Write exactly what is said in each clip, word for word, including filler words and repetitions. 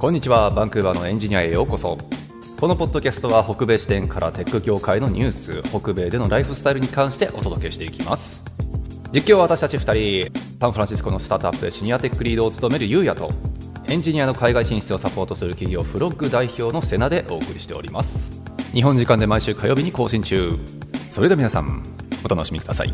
こんにちは。バンクーバーのエンジニアへようこそ。このポッドキャストは北米視点からテック業界のニュース、北米でのライフスタイルに関してお届けしていきます。実況は私たちふたり、サンフランシスコのスタートアップでシニアテックリードを務めるゆうやと、エンジニアの海外進出をサポートする企業フロッグ代表のセナでお送りしております。日本時間で毎週火曜日に更新中。それでは皆さんお楽しみください。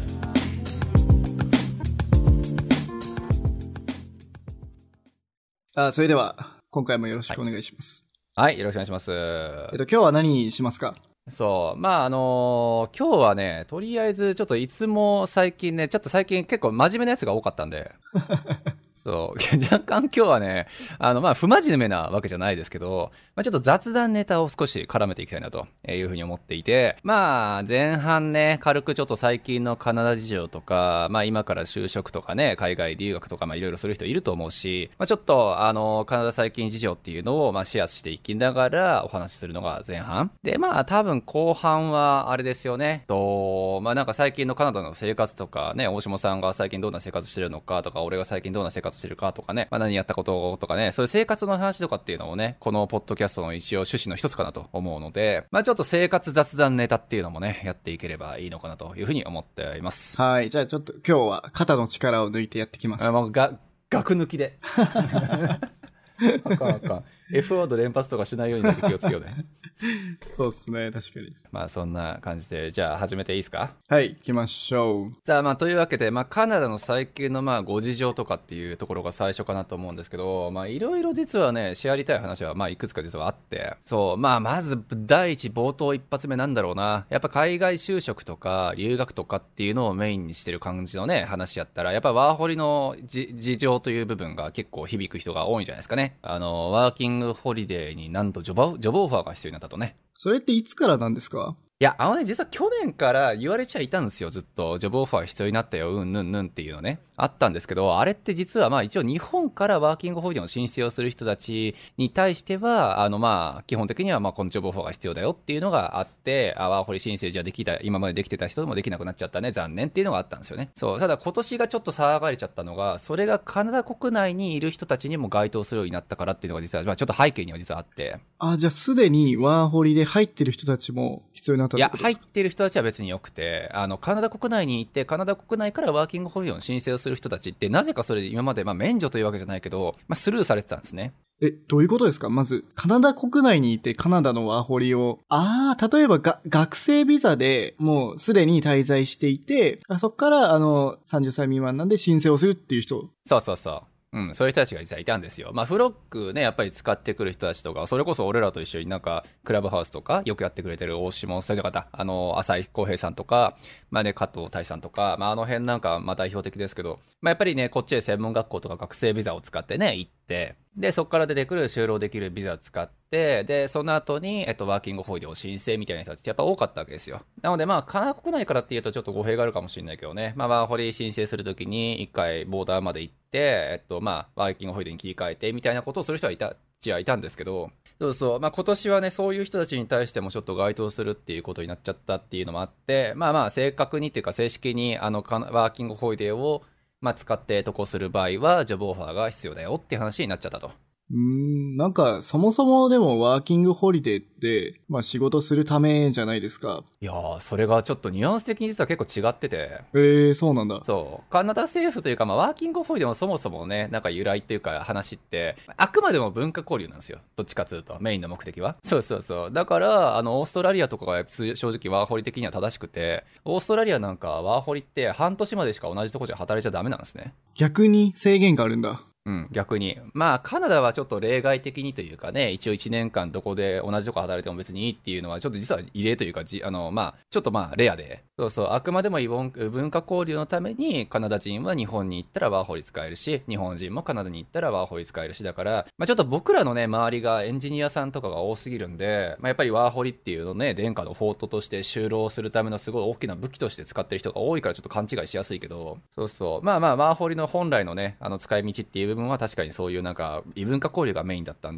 あそれでは今回もよろしくお願いします。 はい、はい、よろしくお願いします。 えっと今日は何しますか？ そうまああのー、今日はね、とりあえずちょっといつも最近ね、ちょっと最近結構真面目なやつが多かったんでそう若干今日はね、あのまあ不真面目なわけじゃないですけど、まあ、ちょっと雑談ネタを少し絡めていきたいなというふうに思っていて、まあ前半ね、軽くちょっと最近のカナダ事情とか、まあ今から就職とかね、海外留学とか、まあいろいろする人いると思うし、まあちょっとあのカナダ最近事情っていうのをまあシェアしていきながらお話しするのが前半で、まあ多分後半はあれですよね、とまあなんか最近のカナダの生活とかね、大下さんが最近どんな生活してるのかとか、俺が最近どんな生活してるかとかね、まあ、何やったこととかね、そういう生活の話とかっていうのもね、このポッドキャストの一応趣旨の一つかなと思うので、まあちょっと生活雑談ネタっていうのもね、やっていければいいのかなというふうに思っています。 はい、じゃあちょっと今日は肩の力を抜いてやってきます。 あもうが額抜きであかんあかん、F ワード連発とかしないようにだけ気をつけようねそうですね、確かに。 まあそんな感じで、じゃあ始めていいですか？ はい、行きましょう。 さあまあというわけで、まあカナダの最近のまあご事情とかっていうところが最初かなと思うんですけど、まあいろいろ実はね、シェアりたい話はまあいくつか実はあって、そうまあまず第一冒頭一発目なんだろうな、やっぱ海外就職とか留学とかっていうのをメインにしてる感じのね話やったら、やっぱワーホリのじ事情という部分が結構響く人が多いんじゃないですかね。あのワーキングホリデーになんとジョバジョブオファーが必要になったとね。 それっていつからなんですか？ いや、あのね、実は去年から言われちゃいたんですよ、ずっと。ジョブオファー必要になったよ、うんぬんぬんっていうのね。あったんですけど、あれって実はまあ一応日本からワーキングホリデーの申請をする人たちに対しては、あのまあ基本的にはまあこのジョブオファーが必要だよっていうのがあって、あワーホリ申請じゃできた、今までできてた人でもできなくなっちゃったね、残念っていうのがあったんですよね。そう、ただ今年がちょっと騒がれちゃったのが、それがカナダ国内にいる人たちにも該当するようになったからっていうのが実は、まあちょっと背景には実はあって。 あ、じゃあすでにワーホリで入ってる人たちも必要になったってことですか？ いや、入ってる人たちは別によくて、あのカナダ国内に行ってカナダ国内からワーキングホリデーの申請をする人たちってなぜかそれで今まで、まあ、免除というわけじゃないけど、まあ、スルーされてたんですね。 え、どういうことですか？まずカナダ国内にいてカナダのワーホリを、ああ、例えばが学生ビザでもうすでに滞在していて、あそこからあのさんじゅっさい未満なんで申請をするっていう人。 そうそうそう、うん、そういう人たちが実はいたんですよ。まあフロックね、やっぱり使ってくる人たちとか、それこそ俺らと一緒になんかクラブハウスとかよくやってくれてる大下さんじゃなかった、あの浅井康平さんとか、まあね、加藤大さんとか、まああの辺なんかまあ代表的ですけど、まあやっぱりね、こっちで専門学校とか学生ビザを使ってね行って、でそこから出てくる就労できるビザを使って、でその後にえっとワーキングホリデーを申請みたいな人たちってやっぱ多かったわけですよ。なのでまあカナダ国内からっていうとちょっと語弊があるかもしれないけどね、まあワーホリ申請するときに一回ボーダーまで行って、えっとまあワーキングホリデーに切り替えてみたいなことをする人はいたじゃいたんですけど、そうそう、まあ今年はね、そういう人たちに対してもちょっと該当するっていうことになっちゃったっていうのもあって、まあまあ正確にっていうか正式にあのワーキングホリデーをまあ使って渡航する場合はジョブオファーが必要だよっていう話になっちゃったと。 うーん、なんかそもそもでもワーキングホリデーってまあ仕事するためじゃないですか。 いやー、それがちょっとニュアンス的に実は結構違ってて。 えー、そうなんだ。 そうカナダ政府というか、まあ、ワーキングホリデーもそもそもね、なんか由来っていうか話ってあくまでも文化交流なんですよ、どっちかというとメインの目的は。そうそうそう、だからあのオーストラリアとかが正直ワーホリ的には正しくて、オーストラリアなんかワーホリって半年までしか同じとこじゃ働いちゃダメなんですね。 逆に制限があるんだ。 うん、逆にまあカナダはちょっと例外的にというかね、一応いちねんかんどこで同じとこ働いても別にいいっていうのはちょっと実は異例というか、じあのまあちょっとまあレアで、そうそう、あくまでも文化交流のためにカナダ人は日本に行ったらワーホリ使えるし、日本人もカナダに行ったらワーホリ使えるし、だから、まあ、ちょっと僕らのね周りがエンジニアさんとかが多すぎるんで、まあ、やっぱりワーホリっていうのね、殿下のフォートとして就労するためのすごい大きな武器として使ってる人が多いからちょっと勘違いしやすいけど、そうそうまあまあワーホリの本来のねあの使い道っていう部分は確かにそういうなんか異文化交流がメインだったんで、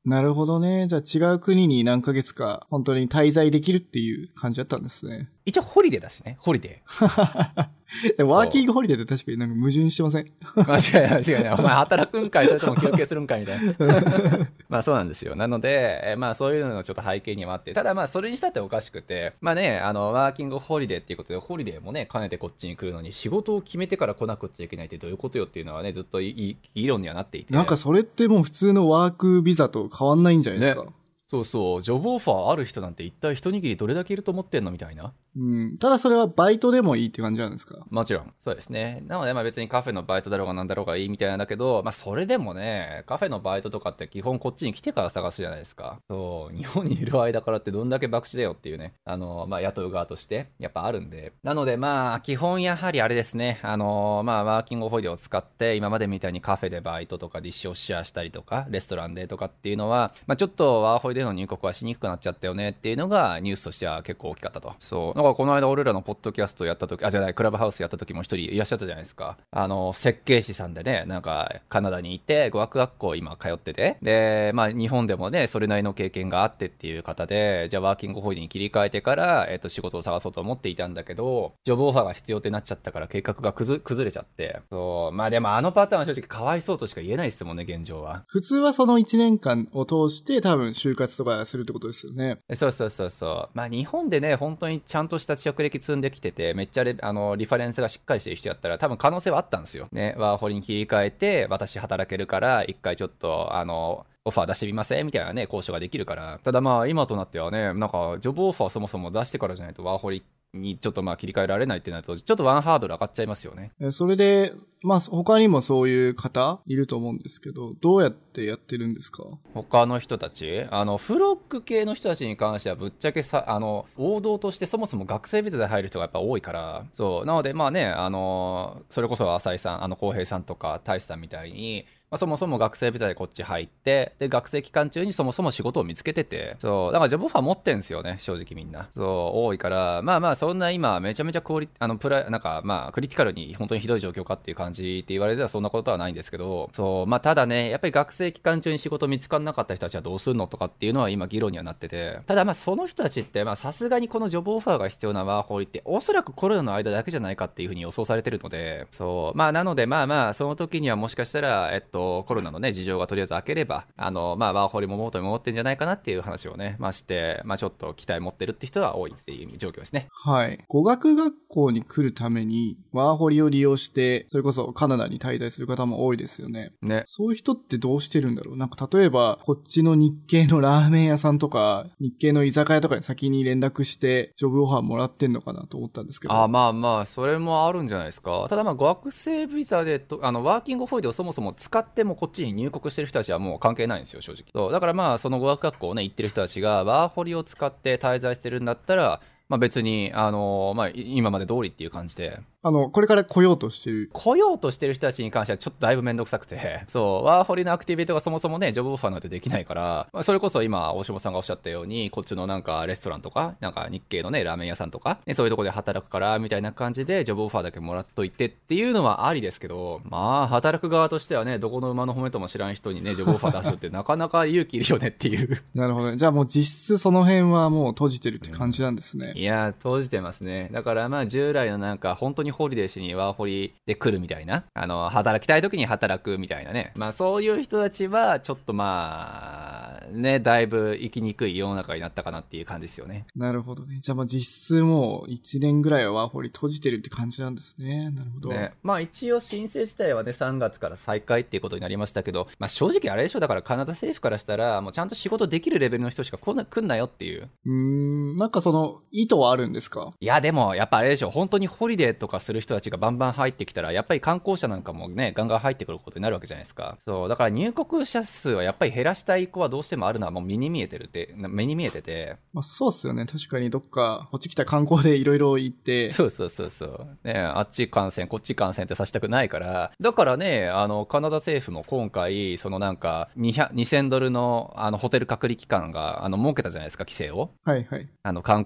なるほどね。じゃあ違う国に何ヶ月か本当に滞在できるっていう感じだったんですね。 一応ホリデーだしね、ホリデー。 でもワーキングホリデーって確かになんか矛盾してません？ 間違いない間違いない。お前働くんかいそれとも休憩するんかいみたいな。まあそうなんですよ。なので、えまあそういうののちょっと背景にもあって、ただまあそれにしたっておかしくて、まあね、あの、ワーキングホリデーっていうことで、ホリデーもね、兼ねてこっちに来るのに仕事を決めてから来なくちゃいけないってどういうことよっていうのはね、ずっといい議論にはなっていて。 なんかそれってもう普通のワークビザと変わんないんじゃないですか。 ね、そうそう、ジョブオファーある人なんて一体一握りどれだけいると思ってんのみたいな。 うん。ただそれはバイトでもいいって感じなんですか？ もちろん。そうですね。なのでまあ別にカフェのバイトだろうがなんだろうがいいみたいなんだけど、まあそれでもね、カフェのバイトとかって基本こっちに来てから探すじゃないですか。そう、日本にいる間からってどんだけ博打だよっていうね、あの、まあ雇う側としてやっぱあるんで。なのでまあ基本やはりあれですね、あの、まあワーキングホリデーを使って今までみたいにカフェでバイトとかディッシュをシェアしたりとか、レストランでとかっていうのは、まあちょっとワーホリでの入国はしにくくなっちゃったよねっていうのがニュースとしては結構大きかったと。そう。だからこの間俺らのポッドキャストやった時、あ、じゃない、クラブハウスやった時も一人いらっしゃったじゃないですか。あの、設計士さんでね、なんか、カナダにいて、語学学校今通ってて、で、まあ、日本でもね、それなりの経験があってっていう方で、じゃあワーキングホリデーに切り替えてから、えっと、仕事を探そうと思っていたんだけど、ジョブオファーが必要ってなっちゃったから計画がくず崩れちゃって、そう、まあでもあのパターンは正直かわいそうとしか言えないですもんね、現状は。 普通はそのいちねんかんを通して多分就活とかするってことですよね。 そうそうそうそう。まあ日本でね、本当にちゃんとした職歴積んできてて、めっちゃレあのリファレンスがしっかりしてる人やったら多分可能性はあったんですよ。ね、ワーホリに切り替えて、私働けるから、一回ちょっと、あの、オファー出してみませんみたいなね、交渉ができるから。ただまあ、今となってはね、なんか、ジョブオファーそもそも出してからじゃないとワーホリにちょっとまあ切り替えられないってなると、ちょっとワンハードル上がっちゃいますよね。 それで、まあ、他にもそういう方いると思うんですけど、どうやってやってるんですか？ 他の人たちあの、フロック系の人たちに関してはぶっちゃけさ、あの、王道としてそもそも学生ビザで入る人がやっぱ多いから、そう。なのでまあね、あの、それこそ浅井さん、あの、浩平さんとか大志さんみたいに、まあ、そもそも学生ビザでこっち入って、で、学生期間中にそもそも仕事を見つけてて、そう、だからジョブオファー持ってんすよね、正直みんな。そう、多いから、まあまあ、そんな今、めちゃめちゃクオリ、あの、プラ、なんか、まあ、クリティカルに本当にひどい状況かっていう感じって言われてはそんなことはないんですけど、そう、まあ、ただね、やっぱり学生期間中に仕事見つからなかった人たちはどうするのとかっていうのは今議論にはなってて、ただまあ、その人たちって、まあ、さすがにこのジョブオファーが必要なワーホリって、おそらくコロナの間だけじゃないかっていうふうに予想されてるので、そう、まあ、なので、まあまあ、その時にはもしかしたら、えっと、コロナのね、事情がとりあえず開ければ、あの、まあ、ワーホリも元に戻ってんじゃないかなっていう話をね、まあして、まあちょっと期待持ってるって人は多いっていう状況ですね。 はい。語学学校に来るために、ワーホリを利用して、それこそカナダに滞在する方も多いですよね。 ね。 そういう人ってどうしてるんだろう？なんか例えば、こっちの日系のラーメン屋さんとか、日系の居酒屋とかに先に連絡して、ジョブオファーもらってんのかなと思ったんですけど。 あ、まあまあ、それもあるんじゃないですか。ただまあ、学生ビザでと、あの、ワーキングホリデーをそもそも使ってもこっちに入国してる人たちはもう関係ないんですよ、正直。そうだからまあ、その語学学校をね、行ってる人たちが、ワーホリを使って滞在してるんだったら、まあ別に、あのー、まあ今まで通りっていう感じで。 あの、これから来ようとしてる。 来ようとしてる人たちに関してはちょっとだいぶめんどくさくて、そう、ワーホリのアクティビティがそもそもね、ジョブオファーなんてできないから、まあ、それこそ今、大島さんがおっしゃったように、こっちのなんかレストランとか、なんか日系のね、ラーメン屋さんとか、ね、そういうとこで働くから、みたいな感じで、ジョブオファーだけもらっといてっていうのはありですけど、まあ、働く側としてはね、どこの馬の褒めとも知らん人にね、ジョブオファー出すってなかなか勇気いるよねっていう。 なるほどね。じゃあもう実質その辺はもう閉じてるって感じなんですね。 うん、いや、閉じてますね。だからまあ、従来のなんか、本当にホリデーしにワーホリで来るみたいな、あの、働きたい時に働くみたいなね。まあそういう人たちは、ちょっとまあ、ね、だいぶ生きにくい世の中になったかなっていう感じですよね。 なるほどね。じゃあまあ実質もういちねんぐらいはワーホリ閉じてるって感じなんですね。なるほど。 ね、まあ一応申請自体はね、さんがつから再開っていうことになりましたけど、まあ正直あれでしょ、だからカナダ政府からしたら、もうちゃんと仕事できるレベルの人しか来な、来んなよっていう。 うーん、なんかその意図はあるんですか？ いやでもやっぱあれでしょ、本当にホリデーとかする人たちがバンバン入ってきたら、やっぱり観光者なんかもね、ガンガン入ってくることになるわけじゃないですか。そう、だから入国者数はやっぱり減らしたい意向はどうしてもあるのはもう目に見えてるって、目に見えてて。 まあそうっすよね。確かにどっか、こっち来た観光でいろいろ行って。 そうそうそうそう。ね、あっち感染、こっち感染ってさせたくないから。だからね、あの、カナダ政府も今回、そのなんか、にせんドルの、あの、ホテル隔離期間が、あの、設けたじゃないですか、規制を。 はいはい。 あの、観光ビザで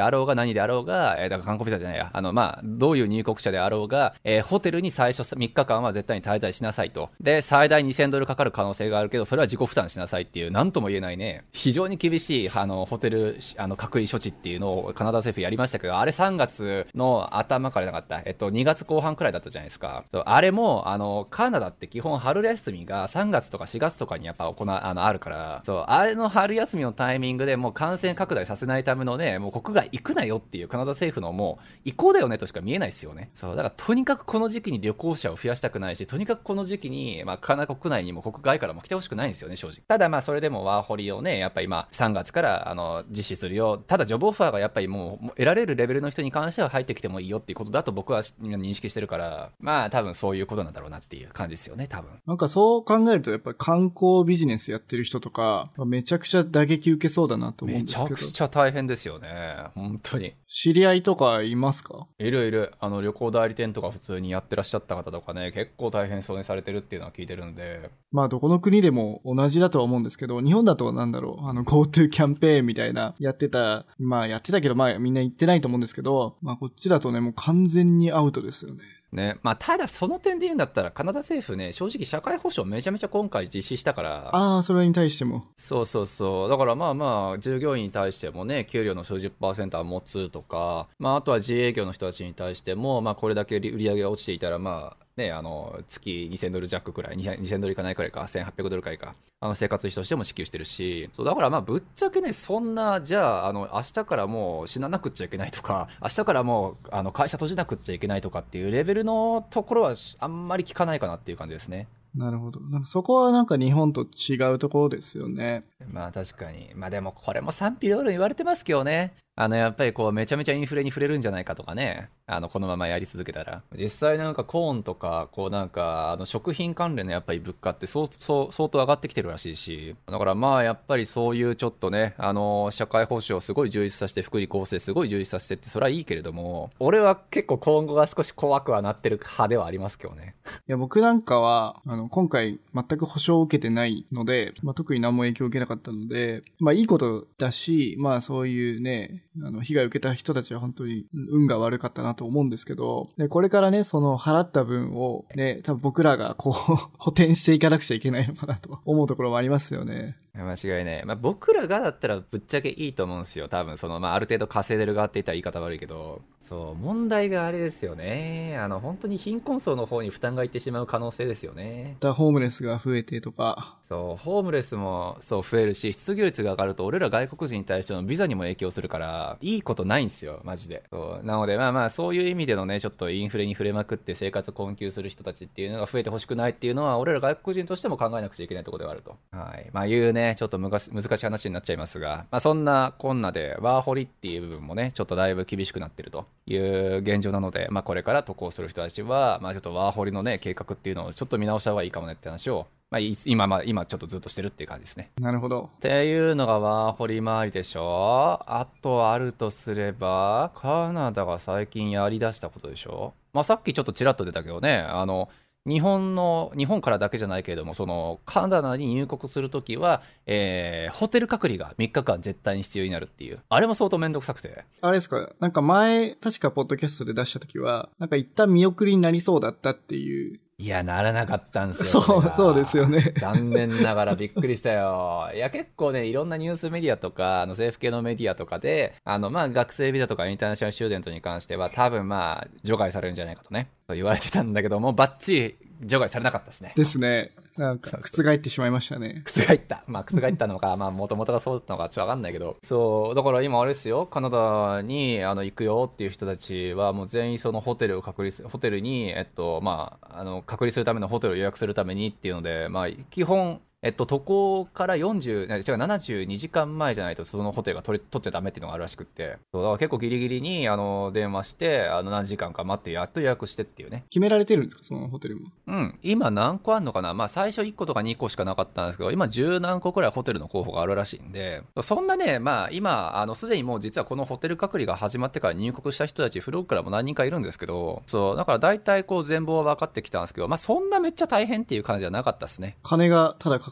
あろうが何であろうが、えー、だから観光ビザじゃないや、あの、まあ、どういう入国者であろうが、えー、ホテルに最初みっかかんは絶対に滞在しなさいと。で、最大にせんドルかかる可能性があるけど、それは自己負担しなさいっていう、なんとも言えないね、非常に厳しい、あの、ホテル、あの、隔離処置っていうのをカナダ政府やりましたけど、あれさんがつの頭からなかった、えっと、にがつこう半くらいだったじゃないですか。そう、あれも、あの、カナダって基本春休みがさんがつとかしがつとかにやっぱ行わ、あの、あるから、そう、あれの春休みのタイミングでもう感染拡大させないためのね、もう国外行くなよっていうカナダ政府のもう意向だよねとしか見えないですよね。そう、だからとにかくこの時期に旅行者を増やしたくないし、とにかくこの時期に、まあ、カナダ国内にも国外からも来てほしくないんですよね、正直。ただまあ、それでもワーホリをね、やっぱり今、さんがつから、あの、実施するよ。ただ、ジョブオファーがやっぱりもう、得られるレベルの人に関しては入ってきてもいいよっていうことだと僕は認識してるから、まあ、多分そういうことなんだろうなっていう感じですよね、多分。 なんかそう考えると、やっぱり観光ビジネスやってる人とか、めちゃくちゃ打撃受けそうだなと思うんですけど。 めちゃくちゃ大変ですよね、本当に。 知り合いとかいますか？ いるいる。あの、旅行代理店とか普通にやってらっしゃった方とかね、結構大変そうにされてるっていうのは聞いてるんで。 まあ、どこの国でも同じだとは思うんですけど、日本だとなんだろう、あの、GoTo キャンペーンみたいな、やってた、まあ、やってたけど、まあ、みんな行ってないと思うんですけど、まあ、こっちだとね、もう完全にアウトですよね。 ね、まあ、ただその点で言うんだったらカナダ政府ね、正直社会保障めちゃめちゃ今回実施したから。 ああ、それに対しても。 そうそうそう。だからまあまあ、従業員に対してもね、給料の数十パーセントは持つとか、まああとは自営業の人たちに対しても、まあこれだけ売り上げが落ちていたら、まあ、ね、あの、月にせんドル弱くらい、にせんドルいかないくらいか、せんはっぴゃくドルくらいか、あの、生活費としても支給してるし、そう、だからまあ、ぶっちゃけね、そんな、じゃあ、あの、明日からもう死ななくっちゃいけないとか、明日からもう、あの、会社閉じなくっちゃいけないとかっていうレベルのところは、あんまり聞かないかなっていう感じですね。 なるほど。なんかそこはなんか日本と違うところですよね。 まあ確かに。まあでもこれも賛否両論言われてますけどね。あのやっぱりこうめちゃめちゃインフレに触れるんじゃないかとかね。あのこのままやり続けたら。実際なんかコーンとか、こうなんかあの食品関連のやっぱり物価ってそうそう相当上がってきてるらしいし。だからまあやっぱりそういうちょっとね、あの社会保障をすごい充実させて、福利厚生すごい充実させてってそれはいいけれども、俺は結構今後が少し怖くはなってる派ではありますけどね。 いや僕なんかは、あの今回全く保証を受けてないので、まあ、特に何も影響を受けなかったので、まあいいことだし、まあそういうね、あの被害を受けた人たちは本当に運が悪かったなと思うんですけど、でこれからね、その払った分をね、多分僕らがこう補填していかなくちゃいけないのかなと思うところもありますよね。 間違いない。まあ、僕らがだったらぶっちゃけいいと思うんですよ。多分その、まあ、ある程度稼いでる側って言ったら言い方悪いけど、そう、問題があれですよね。あの、本当に貧困層の方に負担がいってしまう可能性ですよね。 だホームレスが増えてとか。 そう、ホームレスもそう増えるし、失業率が上がると俺ら外国人に対してのビザにも影響するから、いいことないんですよ、マジで。そうなので、まあまあ、そういう意味でのね、ちょっとインフレに触れまくって生活困窮する人たちっていうのが増えてほしくないっていうのは、俺ら外国人としても考えなくちゃいけないところではあると。はい。まあ、いうね、ちょっと昔、難しい話になっちゃいますが、まあ、そんなこんなでワーホリっていう部分もね、ちょっとだいぶ厳しくなってるという現状なので、まあ、これから渡航する人たちは、まあ、ちょっとワーホリのね、計画っていうのをちょっと見直した方がいいかもねって話を、まあ、今、まあ、今ちょっとずっとしてるっていう感じですね。 なるほど。 っていうのがワーホリ周りでしょ。あとあるとすれば、カナダが最近やりだしたことでしょ。まあ、さっきちょっとちらっと出たけどね、あの、日本の、日本からだけじゃないけれども、その、カナダに入国するときは、えー、ホテル隔離がみっかかん絶対に必要になるっていう。あれも相当めんどくさくて。 あれですか、なんか前、確かポッドキャストで出したときは、なんか一旦見送りになりそうだったっていう。 いや、ならなかったんですよ。 そう、そうですよね。 残念ながらびっくりしたよ。いや、結構ね、いろんなニュースメディアとか、あの政府系のメディアとかで、あの、まあ、学生ビザとかインターナショナルスチューデントに関しては、多分まあ、除外されるんじゃないかとね、と言われてたんだけども、バッチリ除外されなかったですね。 ですね。なんか、覆ってしまいましたね。 覆った。まあ、覆ったのか、まあ、もともとがそうだったのか、ちょっとわかんないけど。そう、だから今あれですよ、カナダにあの行くよっていう人たちは、もう全員そのホテルを隔離す、ホテルに、えっと、まあ、あの、隔離するためのホテルを予約するためにっていうので、まあ、基本、えっと、渡航からよんじゅう、違う、ななじゅうにじかんまえじゃないとそのホテルが取り取っちゃダメっていうのがあるらしくって、そうだから結構ギリギリにあの電話して、あの何時間か待ってやっと予約してっていうね。 決められてるんですか、そのホテルも。 うん。今何個あんのかな。まあ最初いっことかにこしかなかったんですけど、今じゅう何個くらいホテルの候補があるらしいんで、そんなね、まあ今、あのすでにもう実はこのホテル隔離が始まってから入国した人たち、フローからも何人かいるんですけど、そう、だから大体こう全貌は分かってきたんですけど、まあそんなめっちゃ大変っていう感じじゃなかったですね。 金がただか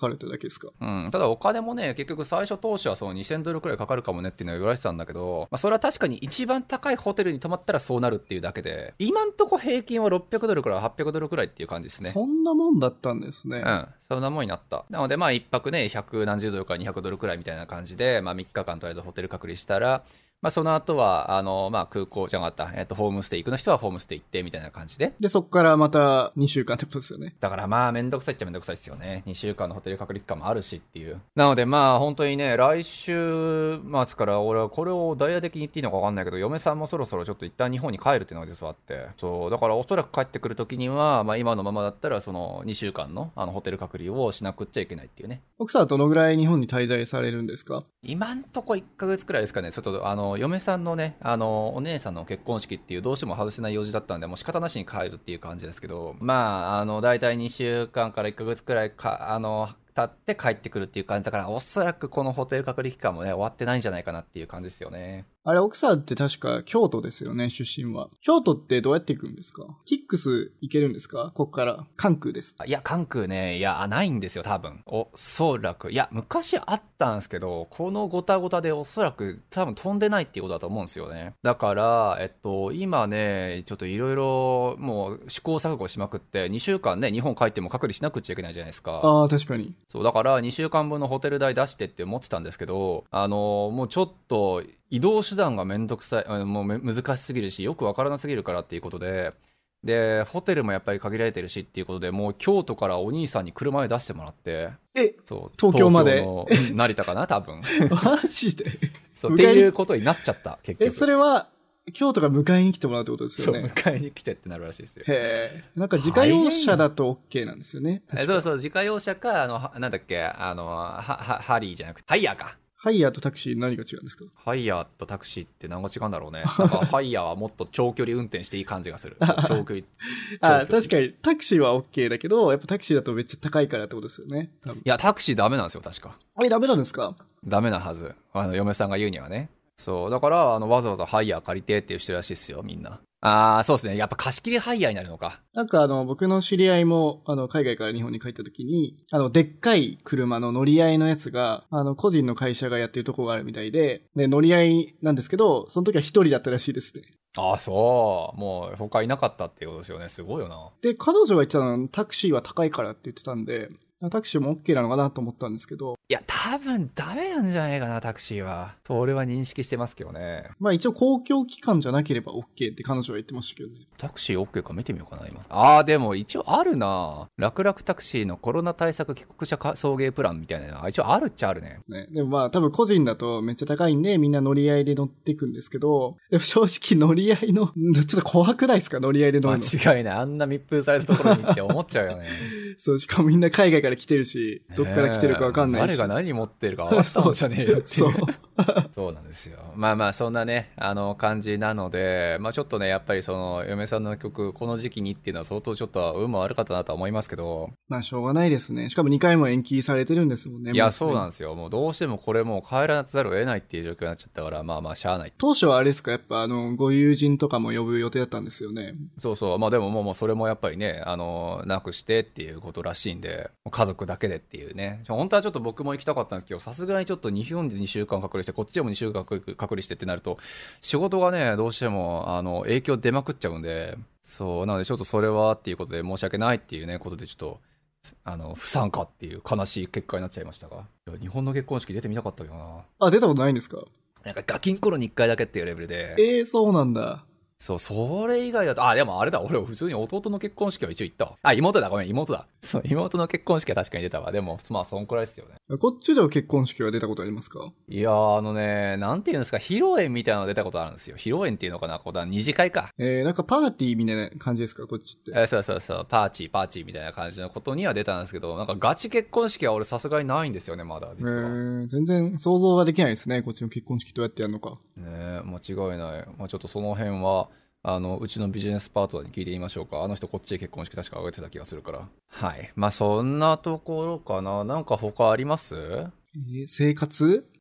かるってだけですか？ うん。ただお金もね、結局最初当初はそのにせんドルくらいかかるかもねっていうのを言われてたんだけど、まあそれは確かに一番高いホテルに泊まったらそうなるっていうだけで、今んとこ平均はろっぴゃくドルからはっぴゃくドルくらいっていう感じですね。 そんなもんだったんですね。 うん。そんなもんになった。なのでまあ一泊ね、ひゃくなんじゅうドルからにひゃくドルくらいみたいな感じで、まあみっかかんとりあえずホテル隔離したら、まあその後は、あの、まあ空港じゃなかった、えっと、ホームステイ行くの人はホームステイ行ってみたいな感じで。 で、そっからまたにしゅうかんってことですよね。 だからまあめんどくさいっちゃめんどくさいですよね。にしゅうかんのホテル隔離期間もあるしっていう。なのでまあ本当にね、来週末から俺はこれをダイヤ的に言っていいのかわかんないけど、嫁さんもそろそろちょっと一旦日本に帰るっていうのが実はあって。そう、だからおそらく帰ってくる時には、まあ今のままだったらそのにしゅうかんのあのホテル隔離をしなくっちゃいけないっていうね。 奥さんはどのぐらい日本に滞在されるんですか？ 今んとこいっかげつくらいですかね。ちょっとあの嫁さんのね、あのお姉さんの結婚式っていうどうしても外せない用事だったんで、もう仕方なしに帰るっていう感じですけど、まああのだいたいにしゅうかんからいっかげつくらいかあの経って帰ってくるっていう感じだから、おそらくこのホテル隔離期間もね終わってないんじゃないかなっていう感じですよね。 あれ、奥さんって確か京都ですよね、出身は。京都ってどうやって行くんですか？キックス行けるんですか？ここから。関空です。 いや、関空ね、いや、ないんですよ、多分。おそらく。いや、昔あったんですけど、このごたごたでおそらく多分飛んでないっていうことだと思うんですよね。だから、えっと、今ね、ちょっといろいろもう試行錯誤しまくって、にしゅうかんね、日本帰っても隔離しなくちゃいけないじゃないですか。 ああ、確かに。 そう、だからにしゅうかんぶんのホテル代出してって思ってたんですけど、あの、もうちょっと、移動手段がめんどくさい、もう難しすぎるし、よくわからなすぎるからっていうことで、で、ホテルもやっぱり限られてるしっていうことで、もう京都からお兄さんに車で出してもらって、 え、 そう東京まで東京の成田かな、多分。 マジでそうっていうことになっちゃった、結局。 え、それは、京都が迎えに来てもらうってことですよね。 そう、迎えに来てってなるらしいですよ。 へえ。なんか自家用車だと OK なんですよね。 えそうそう、自家用車か、あの、なんだっけ、あの、は、は、ハリーじゃなくて、ハイヤーか。 ハイヤーとタクシー何が違うんですか？ ハイヤーとタクシーって何が違うんだろうね。なんかハイヤーはもっと長距離運転していい感じがする。長距離。 あ、確かにタクシーは OK だけど、やっぱタクシーだとめっちゃ高いからってことですよね。多分いや、タクシーダメなんですよ、確か。 え、ダメなんですか？ ダメなはず。あの、嫁さんが言うにはね。そう。だから、あの、わざわざハイヤー借りてっていう人らしいですよ、みんな。ああ、そうですね。やっぱ貸し切りハイヤーになるのか。 なんかあの、僕の知り合いも、あの、海外から日本に帰った時に、あの、でっかい車の乗り合いのやつが、あの、個人の会社がやってるとこがあるみたいで、で、乗り合いなんですけど、その時は一人だったらしいですね。 ああ、そう。もう、他いなかったっていうことですよね。すごいよな。 で、彼女が言ってたのは、タクシーは高いからって言ってたんで、タクシーも OK なのかなと思ったんですけど。 いや、多分ダメなんじゃないかな、タクシーは。と、俺は認識してますけどね。 まあ一応公共機関じゃなければ OK って彼女は言ってましたけどね。 タクシー OK か見てみようかな、今。ああ、でも一応あるな。楽々タクシーのコロナ対策帰国者送迎プランみたいなのは一応あるっちゃあるね。 ね。でもまあ多分個人だとめっちゃ高いんでみんな乗り合いで乗ってくんですけど、でも正直乗り合いの、ちょっと怖くないですか？乗り合いで乗るの。 間違いない。あんな密封されたところにって思っちゃうよね。 そう、しかもみんな海外から来てるし、どっから来てるかわかんないし。 誰が何持ってるか合わせたんじゃねえよっていう。 そう。 そうなんですよ。まあまあそんなね、あの感じなので、まあちょっとね、やっぱりその嫁さんの曲、この時期にっていうのは相当ちょっと運も悪かったなとは思いますけど。 まあしょうがないですね。しかもにかいも延期されてるんですもんね。 いや、そうなんですよ。もうどうしてもこれもう帰らざるを得ないっていう状況になっちゃったから、まあまあしゃあない。 当初はあれですか、やっぱあの、ご友人とかも呼ぶ予定だったんですよね。 そうそう。まあでももうもうそれもやっぱりね、あの、なくしてっていうことらしいんで、家族だけでっていうね。本当はちょっと僕も行きたかったんですけど、さすがにちょっと日本でにしゅうかん隔離して、こっちでもにしゅうかん隔離してってなると、仕事がね、どうしても、あの、影響出まくっちゃうんで、そう、なのでちょっとそれはっていうことで申し訳ないっていうね、ことでちょっと、あの、不参加っていう悲しい結果になっちゃいましたが。いや、日本の結婚式出てみたかったけどな。 あ、出たことないんですか？ なんかガキン頃にいっかいだけっていうレベルで。 ええー、そうなんだ。 そう、それ以外だと、あ、でもあれだ、俺普通に弟の結婚式は一応行ったわ。あ、妹だ、ごめん、妹だ。そう、妹の結婚式は確かに出たわ。でも、まあ、そんくらいですよね。 こっちでは結婚式は出たことありますか？ いやー、あのね、なんていうんですか、披露宴みたいなの出たことあるんですよ。披露宴っていうのかな、こうだ、二次会か。 えー、なんかパーティーみたいな感じですか、こっちって。 えー、そうそうそう、パーチー、パーチーみたいな感じのことには出たんですけど、なんかガチ結婚式は俺さすがにないんですよね、まだ、実は。 えー、全然想像ができないですね、こっちの結婚式どうやってやるのか。 ねえ、間違いない。まあちょっとその辺は、あの、うちのビジネスパートナーに聞いてみましょうか。あの人こっちで結婚式確か挙げてた気がするから。はい。まあそんなところかな。なんか他あります？ えー、生活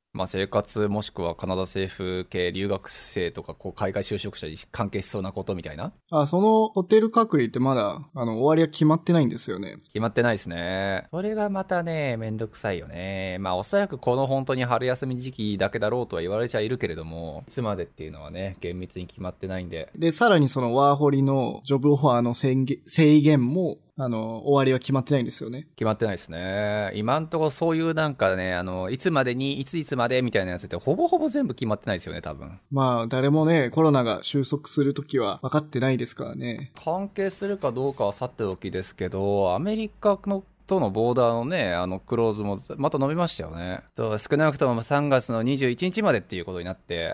まあ生活もしくはカナダ政府系留学生とかこう海外就職者に関係しそうなことみたいな。 あ、そのホテル隔離ってまだあの終わりは決まってないんですよね。 決まってないですね。それがまたね、めんどくさいよね。まあおそらくこの本当に春休み時期だけだろうとは言われちゃいるけれども、いつまでっていうのはね、厳密に決まってないんで。 で、さらにそのワーホリのジョブオファーの制限制限も、あの、終わりは決まってないんですよね。 決まってないですね。今んところそういうなんかね、あの、いつまでに、いついつまでみたいなやつってほぼほぼ全部決まってないですよね、多分。 まあ、誰もね、コロナが収束するときは分かってないですからね。 関係するかどうかはさておきですけど、アメリカのとのボーダーのね、あのクローズもまた伸びましたよね。少なくともさんがつのにじゅういちにちまでっていうことになって、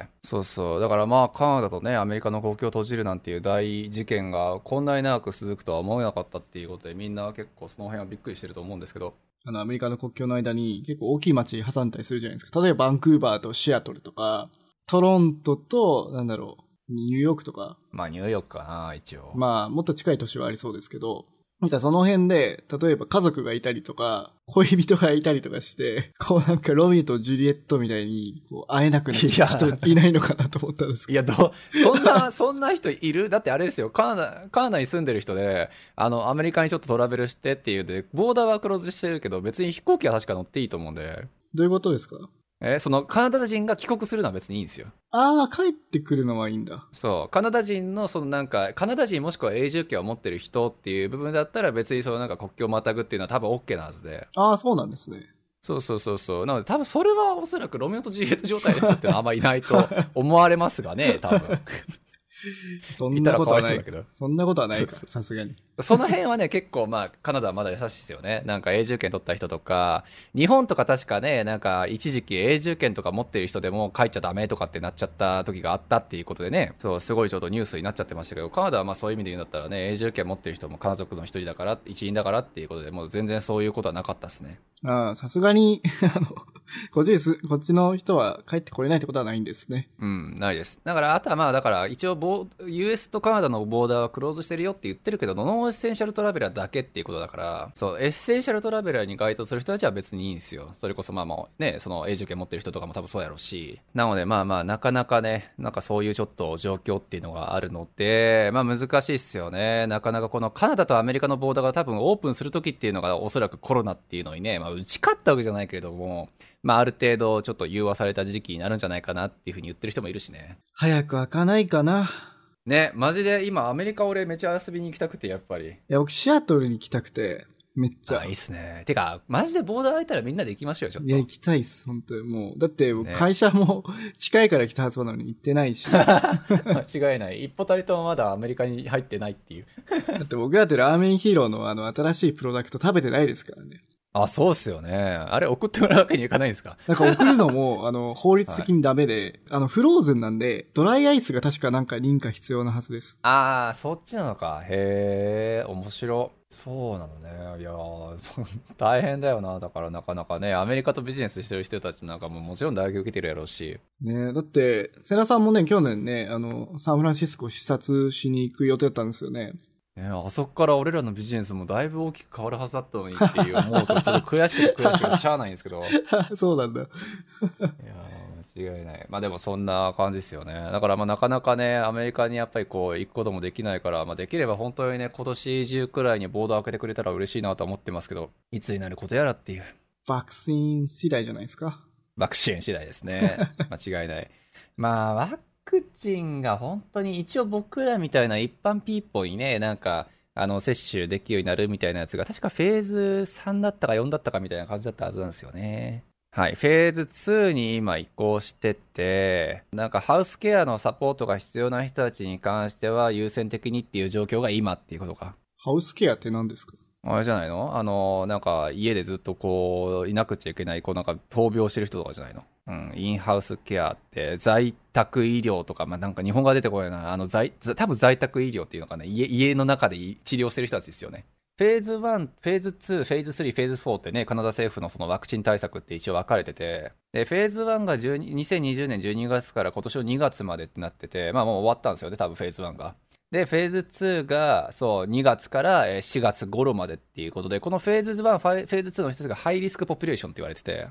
そうそう。だからまあカナダとね、アメリカの国境を閉じるなんていう大事件がこんなに長く続くとは思えなかったっていうことで、みんな結構その辺はびっくりしてると思うんですけど。 あの、アメリカの国境の間に結構大きい街挟んだりするじゃないですか。例えばバンクーバーとシアトルとか、トロントと、なんだろう、ニューヨークとか。 まあニューヨークかな、一応。 まあ、もっと近い都市はありそうですけど、なんかその辺で、例えば家族がいたりとか、恋人がいたりとかして、こうなんかロミオとジュリエットみたいにこう会えなくなっちゃう人いないのかなと思ったんですけど。 いや、どう、そんな、そんな人いる？だってあれですよ、カナダ、カナダに住んでる人で、あの、アメリカにちょっとトラベルしてっていうで、ボーダーはクローズしてるけど、別に飛行機は確か乗っていいと思うんで。 どういうことですか？ え、そのカナダ人が帰国するのは別にいいんですよ。 ああ、帰ってくるのはいいんだ。 そう。カナダ人の、そのなんか、カナダ人もしくは永住権を持ってる人っていう部分だったら別にそのなんか国境をまたぐっていうのは多分 OK なはずで。 ああ、そうなんですね。 そうそうそうそう。なので多分それはおそらくロミオとジュリエット状態の人っていうのはあんまりいないと思われますがね、多分。 そんなことはない。 いたらかわいそうだけど。 そんなことはないか、さすがに。 その辺はね、結構まあ、カナダはまだ優しいですよね。なんか永住権取った人とか、日本とか確かね、なんか一時期永住権とか持ってる人でも帰っちゃダメとかってなっちゃった時があったっていうことでね、そう、すごいちょっとニュースになっちゃってましたけど、カナダはまあそういう意味で言うんだったらね、永住権持ってる人も家族の一人だから、一員だからっていうことで、もう全然そういうことはなかったですね。 ああ、さすがに、あの、こっちです、こっちの人は帰ってこれないってことはないんですね。 うん、ないです。だから、あとはまあ、だから、一応ボ、ユーエス とカナダのボーダーはクローズしてるよって言ってるけど、ノンエッセンシャルトラベラーだけっていうことだから、そう、エッセンシャルトラベラーに該当する人たちは別にいいんですよ。それこそまあまあ、ね、その永住権持ってる人とかも多分そうやろうし。なので、まあまあ、なかなかね、なんかそういうちょっと状況っていうのがあるので、まあ難しいっすよね。なかなかこのカナダとアメリカのボーダーが多分オープンするときっていうのがおそらくコロナっていうのにね、まあ打ち勝ったわけじゃないけれども、まあある程度ちょっと融和された時期になるんじゃないかなっていうふうに言ってる人もいるしね。 早く開かないかな。 ね、マジで今アメリカ俺めちゃ遊びに行きたくてやっぱり。いや、僕シアトルに行きたくて、めっちゃ。 あ、いいっすね。てか、マジでボーダー開いたらみんなで行きましょうよ、ちょっと。 いや、行きたいっす、本当に。もう、だって会社も近いから来たはずなのに行ってないし。 間違いない。一歩たりともまだアメリカに入ってないっていう。 だって僕だってラーメンヒーローのあの新しいプロダクト食べてないですからね。 あ、そうっすよね。あれ送ってもらうわけにいかないんですか？ なんか送るのも、あの、法律的にダメで、はい、あの、フローズンなんで、ドライアイスが確かなんか認可必要なはずです。 あー、そっちなのか。へー、面白。そうなのね。いやー、大変だよな。だからなかなかね、アメリカとビジネスしてる人たちなんかももちろん打撃受けてるやろうし。 ね、だって、セナさんもね、去年ね、あの、サンフランシスコ視察しに行く予定だったんですよね。 ね、あそこから俺らのビジネスもだいぶ大きく変わるはずだったのにっていう思うとちょっと悔しくて悔しくてしゃあないんですけど。 そうなんだ。いやー、間違いない。まあでもそんな感じですよね。だからまあなかなかね、アメリカにやっぱりこう行くこともできないから、まあできれば本当にね、今年中くらいにボーダー開けてくれたら嬉しいなと思ってますけど、いつになることやらっていう。 ワクチン次第じゃないですか。 ワクチン次第ですね。間違いない。まあワクワクチンが本当に一応僕らみたいな一般ピーポーにね、なんか、あの、接種できるようになるみたいなやつが、確かフェーズさんだったかよんだったかみたいな感じだったはずなんですよね。はい。フェーズツーに今移行してて、なんかハウスケアのサポートが必要な人たちに関しては優先的にっていう状況が今っていうことか。 ハウスケアって何ですか？ あれじゃないの？あの、なんか家でずっとこう、いなくちゃいけない、こうなんか闘病してる人とかじゃないの？うん、インハウスケアって在宅医療とか、まあ、なんか日本語が出てこないな、あの在、多分在宅医療っていうのかな、家、家の中で治療してる人たちですよね。フェーズワン、フェーズツー、フェーズスリー、フェーズフォーってね、カナダ政府のそのワクチン対策って一応分かれてて、で、フェーズワンがにせんにじゅうねんじゅうにがつから今年のにがつまでってなってて、まあもう終わったんですよね、多分フェーズワンが。で、フェーズツーが、そう、にがつからしがつ頃までっていうことで、このフェーズワン、フェーズツーの一つがハイリスクポピュレーションって言われてて、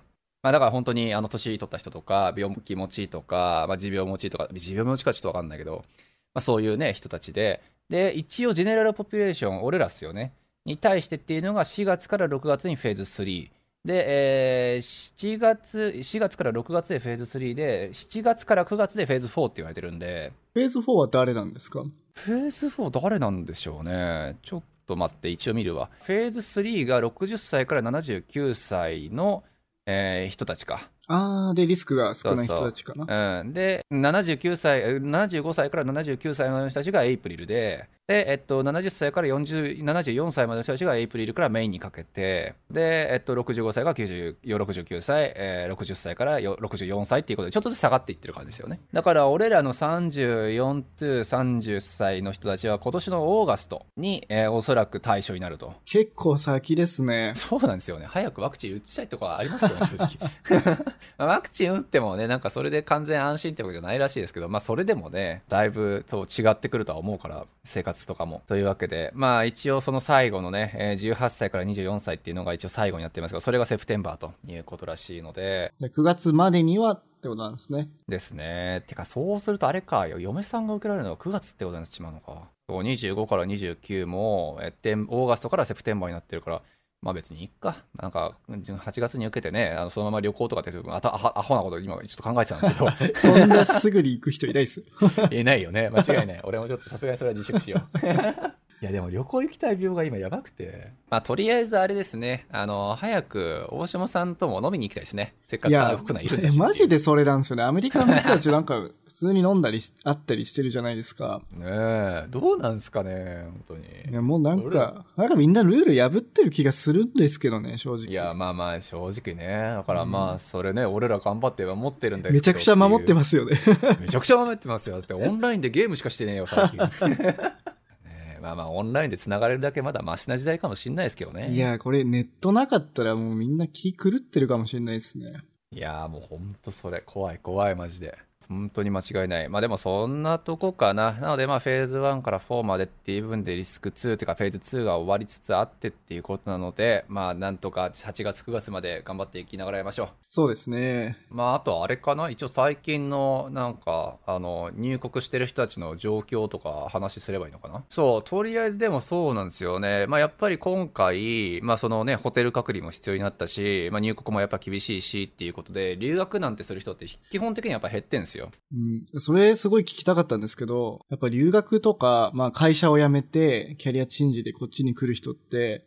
まあ、だから本当にあの年取った人とか病気持ちとか、まあ、持病持ちとか持病持ちかちょっと分かんないけど、まあ、そういうね人たちでで一応ジェネラルポピュレーション俺らっすよねに対してっていうのがしがつからろくがつにフェーズスリーで、えー、しちがつしがつからろくがつでフェーズスリーでしちがつからくがつでフェーズフォーって言われてるんで。 フェーズフォーは誰なんですか？ フェーズフォー誰なんでしょうね。ちょっと待って一応見るわ。フェーズスリーがろくじゅっさいからななじゅうきゅうさいの、えー、人たちか。 あー、で、リスクが少ない人たちかな。 そうそう、うん、で、ななじゅうきゅうさい、ななじゅうごさいからななじゅうきゅうさいの人たちがエイプリルで、で、えっと、ななじゅっさいからよんじゅう、ななじゅうよんさいまでの人たちがエイプリルからメインにかけて、で、えっと、ろくじゅうごさいからきゅうじゅう、ろくじゅうきゅうさい、えー、ろくじゅっさいからろくじゅうよんさいっていうことで、ちょっとずつ下がっていってる感じですよね。だから、俺らのさんじゅうよんとさんじゅっさいの人たちは今年のオーガストに、えー、おそらく対象になると。 結構先ですね。 そうなんですよね。早くワクチン打ちたいとかありますけどね、正直。ワクチン打ってもね、なんかそれで完全安心ってことじゃないらしいですけど、まあそれでもね、だいぶと違ってくるとは思うから、生活とかも。というわけで、まあ一応その最後のね、えー、じゅうはっさいからにじゅうよんさいっていうのが一応最後になっていますけど、それがセプテンバーということらしいので。 くがつまでにはってことなんですね。 ですね。てかそうするとあれか、嫁さんが受けられるのはくがつってことになってしまうのか。にじゅうごからにじゅうきゅうも、えー、オーガストからセプテンバーになってるから、まあ別にいいか。なんか、はちがつに受けてね、あのそのまま旅行とかって、あたアホなこと今ちょっと考えてたんですけど。そんなすぐに行く人いないっす。 いないよね。間違いない。俺もちょっとさすがにそれは自粛しよう。いやでも旅行行きたい病が今やばくて。まあとりあえずあれですね。あの、早く大島さんとも飲みに行きたいですね。せっかく家族内いるんだし。 マジでそれなんですよね。アメリカの人たちなんか普通に飲んだり会ったりしてるじゃないですか。 ねえ、どうなんすかね、本当に。 いやもうなんか、なんかみんなルール破ってる気がするんですけどね、正直。 いや、まあまあ正直ね。だからまあ、それね、俺ら頑張って守ってるんですけど。 めちゃくちゃ守ってますよね。 めちゃくちゃ守ってますよ。だってオンラインでゲームしかしてねえよ、最近。まあまあオンラインで繋がれるだけまだマシな時代かもしんないですけどね。 いや、これネットなかったらもうみんな気狂ってるかもしれないですね。 いやーもうほんとそれ怖い怖いマジで。本当に間違いない。まあでもそんなとこかな。なのでまあフェーズワンからフォーまでっていう部分でリスクツーっていうかフェーズツーが終わりつつあってっていうことなので、まあなんとかはちがつくがつまで頑張っていきながらやりましょう。 そうですね。 まああとあれかな、一応最近のなんかあの入国してる人たちの状況とか話すればいいのかな。そう、とりあえずでもそうなんですよね。まあやっぱり今回まあそのねホテル隔離も必要になったし、まあ入国もやっぱ厳しいしっていうことで留学なんてする人って基本的にやっぱ減ってんですよ。 うん、それすごい聞きたかったんですけど、やっぱ留学とか、まあ会社を辞めて、キャリアチェンジでこっちに来る人って、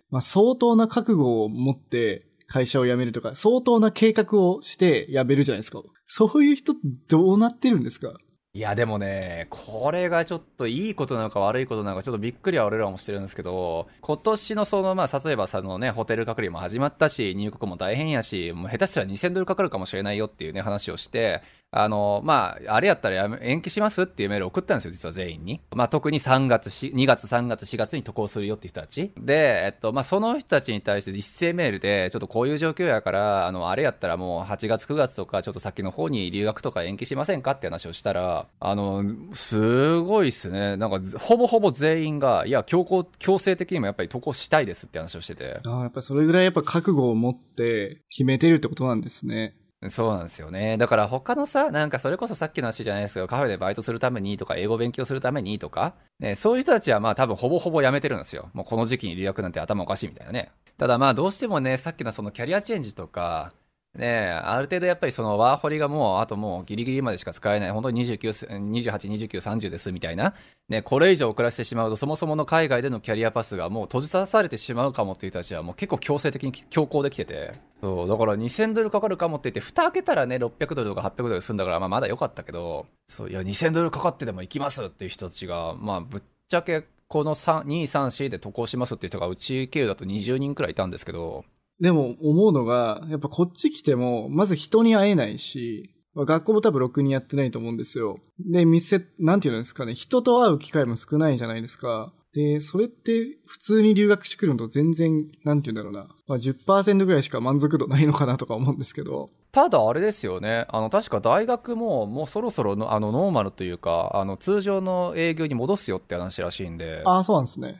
まあ相当な覚悟を持って会社を辞めるとか、相当な計画をして辞めるじゃないですか。そういう人どうなってるんですか？ いやでもね、これがちょっといいことなのか悪いことなのかちょっとびっくりは俺らもしてるんですけど、今年のそのまあ例えばそのねホテル隔離も始まったし入国も大変やし、もう下手したらにせんドルかかるかもしれないよっていうね話をして、あのまああれやったらやめ延期しますっていうメールを送ったんですよ実は全員に。まあ特にさんがつにがつさんがつしがつに渡航するよっていう人たちで、えっとまあその人たちに対して一斉メールでちょっとこういう状況やからあのあれやったらもうはちがつくがつとかちょっと先の方に留学とか延期しませんかって話をしたら、あのすごいっすね。なんかほぼほぼ全員がいや強行強制的にもやっぱり渡航したいですって話をしてて、 ああやっぱそれぐらいやっぱ覚悟を持って決めてるってことなんですね。 そうなんですよね。だから他のさ、なんかそれこそさっきの話じゃないですけど、カフェでバイトするためにとか、英語勉強するためにとか、ね、そういう人たちはまあ多分ほぼほぼやめてるんですよ。もうこの時期に留学なんて頭おかしいみたいなね。ただまあどうしてもね、さっきのそのキャリアチェンジとか、ね、ある程度やっぱりそのワーホリがもうあともうギリギリまでしか使えない、本当ににじゅうきゅう、にじゅうはち、にじゅうきゅう、さんじゅうですみたいな、ね、これ以上遅らせてしまうとそもそもの海外でのキャリアパスがもう閉じ出されてしまうかもっていう人たちはもう結構強制的に強行できてて、そうだからにせんドルかかるかもって言って蓋開けたらねろっぴゃくドルとかはっぴゃくドル済んだから、まあ、まだ良かったけど、そういやにせんドルかかってでも行きますっていう人たちがまあぶっちゃけこのに、さん、よんで渡航しますっていう人がうち経由だとにじゅうにんくらいいたんですけど、 でも思うのが、やっぱこっち来ても、まず人に会えないし、学校も多分ろくにやってないと思うんですよ。で、店、なんていうんですかね、人と会う機会も少ないじゃないですか。で、それって普通に留学してくるのと全然、なんていうんだろうな、まあ、じゅっパーセント ぐらいしか満足度ないのかなとか思うんですけど。 ただあれですよね、あの確か大学ももうそろそろのあのノーマルというか、あの通常の営業に戻すよって話らしいんで。 ああ、そうなんですね。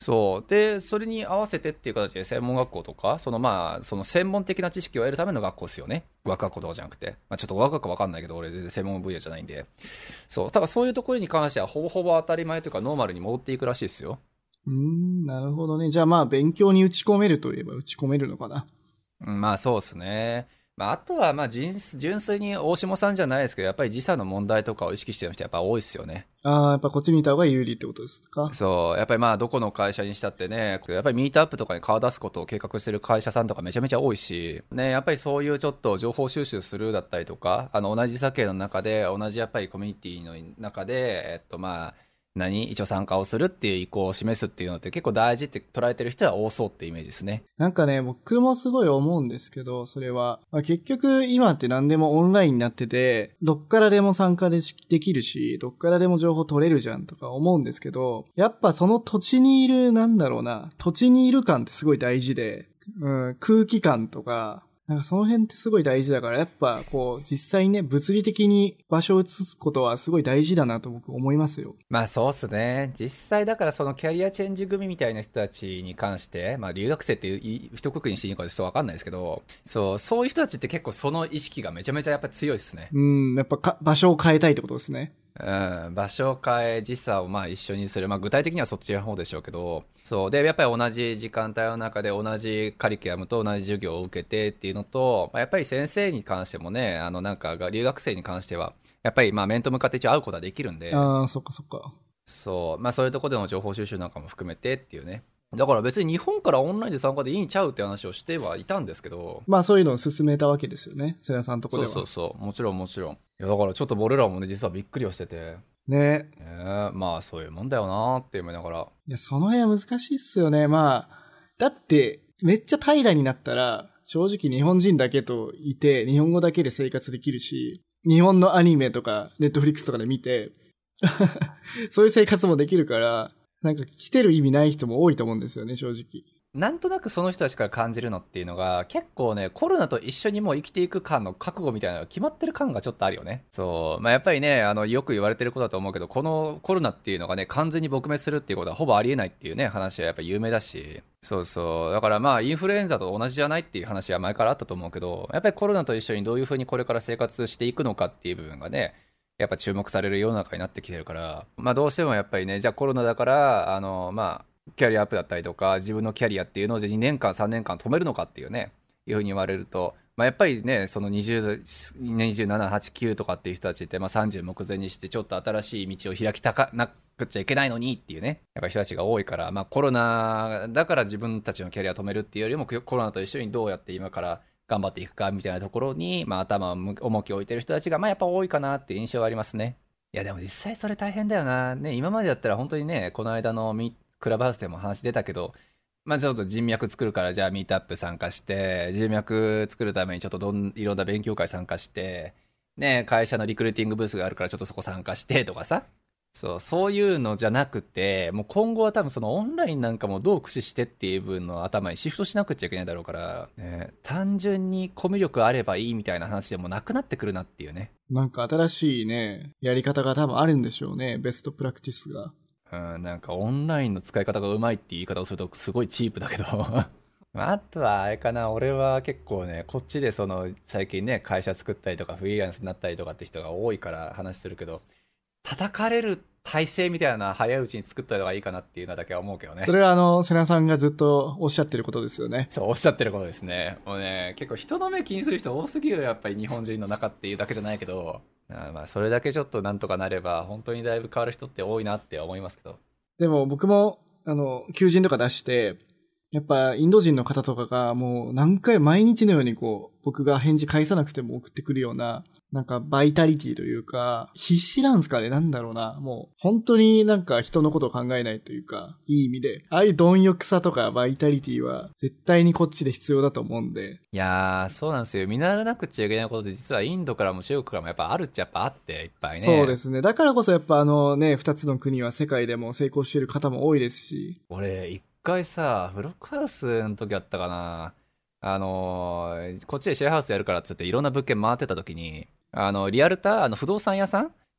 そう。で、それに合わせてっていう形で専門学校とか、そのまあ、その専門的な知識を得るための学校ですよね。語学学校とかじゃなくて。まあちょっと語学学校わかんないけど、俺全然専門分野じゃないんで。そう。ただそういうところに関しては、ほぼほぼ当たり前というか、ノーマルに戻っていくらしいですよ。 うーん、なるほどね。じゃあまあ、勉強に打ち込めるといえば打ち込めるのかな。 うん、まあそうですね。まああとは、まあ純純粋に大下さんじゃないですけど、やっぱり時差の問題とかを意識してる人やっぱ多いですよね。 ああ、やっぱこっち見た方が有利ってことですか。 そう、やっぱりまあどこの会社にしたってね、やっぱりミートアップとかに顔出すことを計画してる会社さんとかめちゃめちゃ多いし、ね、やっぱりそういうちょっと情報収集するだったりとか、あの同じ酒の中で、同じやっぱりコミュニティの中で、えっとまあ、何一応参加をするっていう意向を示すっていうのって結構大事って捉えてる人は多そうってイメージですね。 なんかね、僕もすごい思うんですけど、それは。まあ、結局、今って何でもオンラインになってて、どっからでも参加でできるし、どっからでも情報取れるじゃんとか思うんですけど、やっぱその土地にいる、なんだろうな、土地にいる感ってすごい大事で、うん、空気感とか、なんかその辺ってすごい大事だから、やっぱこう、実際にね、物理的に場所を移すことはすごい大事だなと僕思いますよ。 まあそうっすね。実際だからそのキャリアチェンジ組みたいな人たちに関して、まあ留学生っていう一括りにしていいのかちょっとわかんないですけど、そう、そういう人たちって結構その意識がめちゃめちゃやっぱ強いですね。 うん、やっぱか場所を変えたいってことですね。 うん、場所を変え、時差をまあ一緒にする。まあ具体的にはそっちの方でしょうけど、そう。で、やっぱり同じ時間帯の中で同じカリキュラムと同じ授業を受けてっていうのと、まあ、やっぱり先生に関してもね、あのなんか留学生に関しては、やっぱりまあ面と向かって一応会うことはできるんで、 ああ、そっかそっか。 そう。まあそういうところでの情報収集なんかも含めてっていうね。だから別に日本からオンラインで参加でいいんちゃうって話をしてはいたんですけど。 まあそういうのを進めたわけですよね。世良さんのとこでは。 そうそうそう。もちろんもちろん。いやだからちょっと俺らもね、実はびっくりはしてて。 ね。 ね、まあそういうもんだよなーって思いながら。 いや、その辺は難しいっすよね。まあ、だって、めっちゃ平らになったら、正直日本人だけといて、日本語だけで生活できるし、日本のアニメとか、ネットフリックスとかで見て、そういう生活もできるから、なんか来てる意味ない人も多いと思うんですよね、正直。 なんとなくその人たちから感じるのっていうのが、結構ね、コロナと一緒にもう生きていく感の覚悟みたいなのが決まってる感がちょっとあるよね。そう。まあやっぱりね、あの、よく言われてることだと思うけど、このコロナっていうのがね、完全に撲滅するっていうことはほぼありえないっていうね、話はやっぱ有名だし。そうそう。だからまあ、インフルエンザと同じじゃないっていう話は前からあったと思うけど、やっぱりコロナと一緒にどういう風にこれから生活していくのかっていう部分がね、やっぱ注目される世の中になってきてるから、まあどうしてもやっぱりね、じゃあコロナだから、あの、まあ、キャリアアップだったりとか、自分のキャリアっていうのをにねんかん、さんねんかん止めるのかっていうね、いうふうに言われると、まあ、やっぱりね、そのにじゅう、にじゅうなな、はち、きゅうとかっていう人たちって、まあ、さんじゅう目前にして、ちょっと新しい道を開きたかなくちゃいけないのにっていうね、やっぱ人たちが多いから、まあ、コロナだから自分たちのキャリアを止めるっていうよりも、コロナと一緒にどうやって今から頑張っていくかみたいなところに、まあ、頭を重きを置いてる人たちが、まあ、やっぱ多いかなっていう印象はありますね。いや、でも実際それ大変だよな。ね、今までだったら本当にね、この間のミクラブハウスでも話出たけど、まあちょっと人脈作るからじゃあミートアップ参加して、人脈作るためにちょっとどんいろんな勉強会参加して、ね、会社のリクルーティングブースがあるからちょっとそこ参加してとかさ。そう、そういうのじゃなくて、もう今後は多分そのオンラインなんかもどう駆使してっていう分の頭にシフトしなくちゃいけないだろうから、ね、単純にコミュ力あればいいみたいな話でもなくなってくるなっていうね。 なんか新しいね、やり方が多分あるんでしょうね。ベストプラクティスが。 うん、なんかオンラインの使い方がうまいって言い方をするとすごいチープだけどあとはあれかな、俺は結構ね、こっちでその最近ね、会社作ったりとかフリーランスになったりとかって人が多いから話するけど、叩かれる体制みたいなのは早いうちに作った方がいいかなっていうのだけは思うけどね。 それはあの、瀬名さんがずっとおっしゃってることですよね。 そう、おっしゃってることですね。もうね、結構人の目気にする人多すぎるよ、やっぱり日本人の中っていうだけじゃないけど、あまあそれだけちょっとなんとかなれば、本当にだいぶ変わる人って多いなって思いますけど。 でも僕も、あの、求人とか出して、やっぱインド人の方とかがもう何回毎日のようにこう、僕が返事返さなくても送ってくるような、なんかバイタリティというか、必死なんですかね、なんだろうな。もう本当になんか人のことを考えないというか、いい意味で。ああいう貪欲さとかバイタリティは絶対にこっちで必要だと思うんで。 いやー、そうなんですよ。見習わなくちゃいけないことで、実はインドからも中国からもやっぱあるっちゃやっぱあって、いっぱいね。 そうですね。だからこそやっぱあのね、二つの国は世界でも成功している方も多いですし。 俺、一回さ、フロックハウスの時あったかな。あのーこっちでシェアハウスやるからっつっていろんな物件回ってた時に、あの、リアルター、あの、不動産屋さん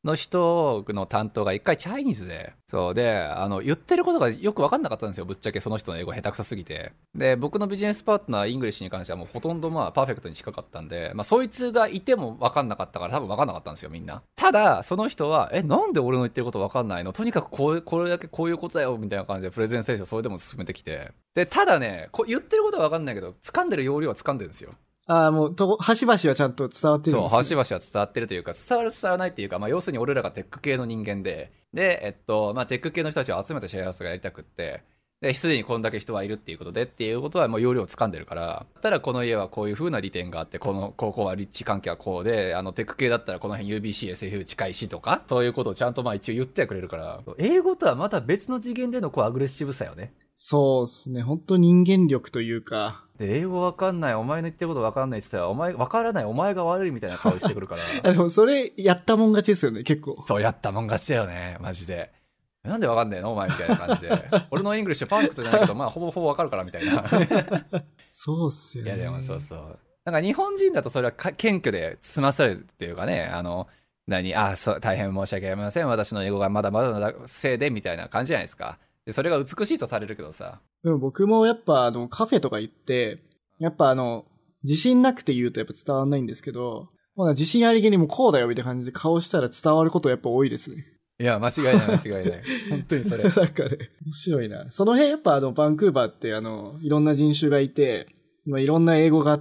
の人の担当が一回チャイニーズで、そうで、あの、言ってることがよく分かんなかったんですよ。ぶっちゃけその人の英語下手くそすぎて。で、僕のビジネスパートナー、イングリッシュに関してはもうほとんどまあ、パーフェクトに近かったんで、まあ、そいつがいても分かんなかったから多分分かんなかったんですよ、みんな。ただ、その人は、え、なんで俺の言ってること分かんないの？とにかくこう、これだけこういうことだよ、みたいな感じでプレゼンテーションそれでも進めてきて。で、ただね、こ言ってることは分かんないけど、掴んでる要領は掴んでるんですよ。 ああ、もう、と、端々はちゃんと伝わってるんですね。 そう、端々は伝わってるというか、伝わる伝わらないっていうか、まあ、要するに俺らがテック系の人間で、で、えっと、まあ、テック系の人たちを集めたシェアハウスがやりたくって、で、すでにこんだけ人はいるっていうことでっていうことはもう要領を掴んでるから、ただこの家はこういう風な利点があって、この、ここは立地関係はこうで、あの、テック系だったらこの辺 ユービーシー、エスエフ 近いしとか、そういうことをちゃんとまあ一応言ってはくれるから、英語とはまた別の次元でのこうアグレッシブさよね。 そうですね。本当人間力というか。 で、英語わかんない、お前の言ってることわかんないって言ったら、お前、わからない、お前が悪いみたいな顔してくるから。 でもそれ、やったもん勝ちですよね、結構。 そう、やったもん勝ちだよね、マジで。なんでわかんねえのお前みたいな感じで。俺のイングリッシュパーフェクトじゃないけど、まあ、ほぼほぼわかるからみたいな。 そうっすよね。 いや、でもそうそう。なんか日本人だとそれは謙虚で済まされるっていうかね、あの、何、あ、そう、大変申し訳ありません。私の英語がまだまだのせいで、みたいな感じじゃないですか。で、それが美しいとされるけどさ。 でも僕もやっぱあのカフェとか行って、やっぱあの、自信なくて言うとやっぱ伝わんないんですけど、まだ自信ありげにもこうだよみたいな感じで顔したら伝わることやっぱ多いですね。 いや、間違いない間違いない。本当にそれ。 なんかね、面白いな。その辺やっぱあの、バンクーバーってあの、いろんな人種がいて、まあ、いろんな英語があって、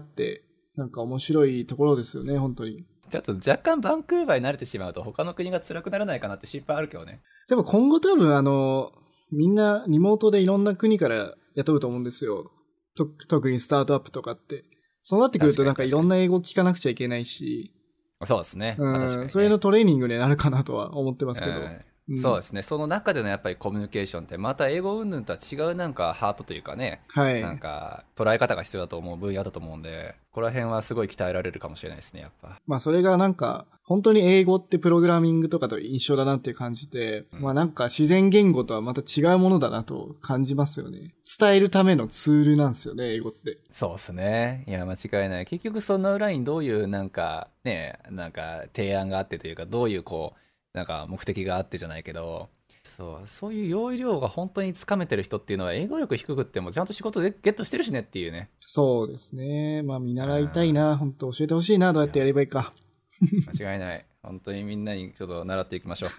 なんか面白いところですよね、本当に。 ちょっと若干バンクーバーに慣れてしまうと他の国が辛くならないかなって心配あるけどね。 でも今後多分あの、みんなリモートでいろんな国から雇うと思うんですよ。と特にスタートアップとかって。そうなってくるとなんかいろんな英語聞かなくちゃいけないし。 そうですね。 うん、 確かにね、 それのトレーニングになるかなとは思ってますけど。 うんうん、 そうですね。その中でのやっぱりコミュニケーションってまた英語云々とは違うなんかハートというかね、 はい、 なんか捉え方が必要だと思う分野だと思うんで、ここら辺はすごい鍛えられるかもしれないですね、やっぱ。 まあそれがなんか本当に英語ってプログラミングとかと一緒だなっていう感じで、うん、まあなんか自然言語とはまた違うものだなと感じますよね。伝えるためのツールなんですよね、英語って。 そうですね。いや間違いない。結局その裏にどういうなんかね、なんか提案があってというか、どういうこうなんか目的があってじゃないけど。そう、そういう要領が本当につかめてる人っていうのは英語力低くってもちゃんと仕事でゲットしてるしねっていうね。 そうですね。まあ見習いたいな。本当教えてほしいな。どうやってやればいいか。 間違いない。本当にみんなにちょっと習っていきましょう。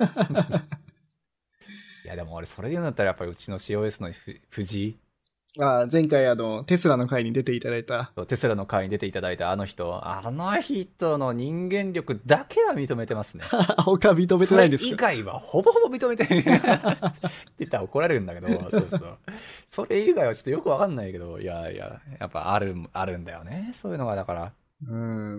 いやでも俺それで言うんだったらやっぱりうちの シーオーエス の藤井。 ああ、前回あの、テスラの会に出ていただいた。 テスラの会に出ていただいたあの人、あの人の人間力だけは認めてますね。 他認めてないんですか？ それ以外はほぼほぼ認めてない。って言ったら怒られるんだけど、そうそう。それ以外はちょっとよくわかんないけど、いやいや、やっぱある、あるんだよね。そういうのがだから。 うん、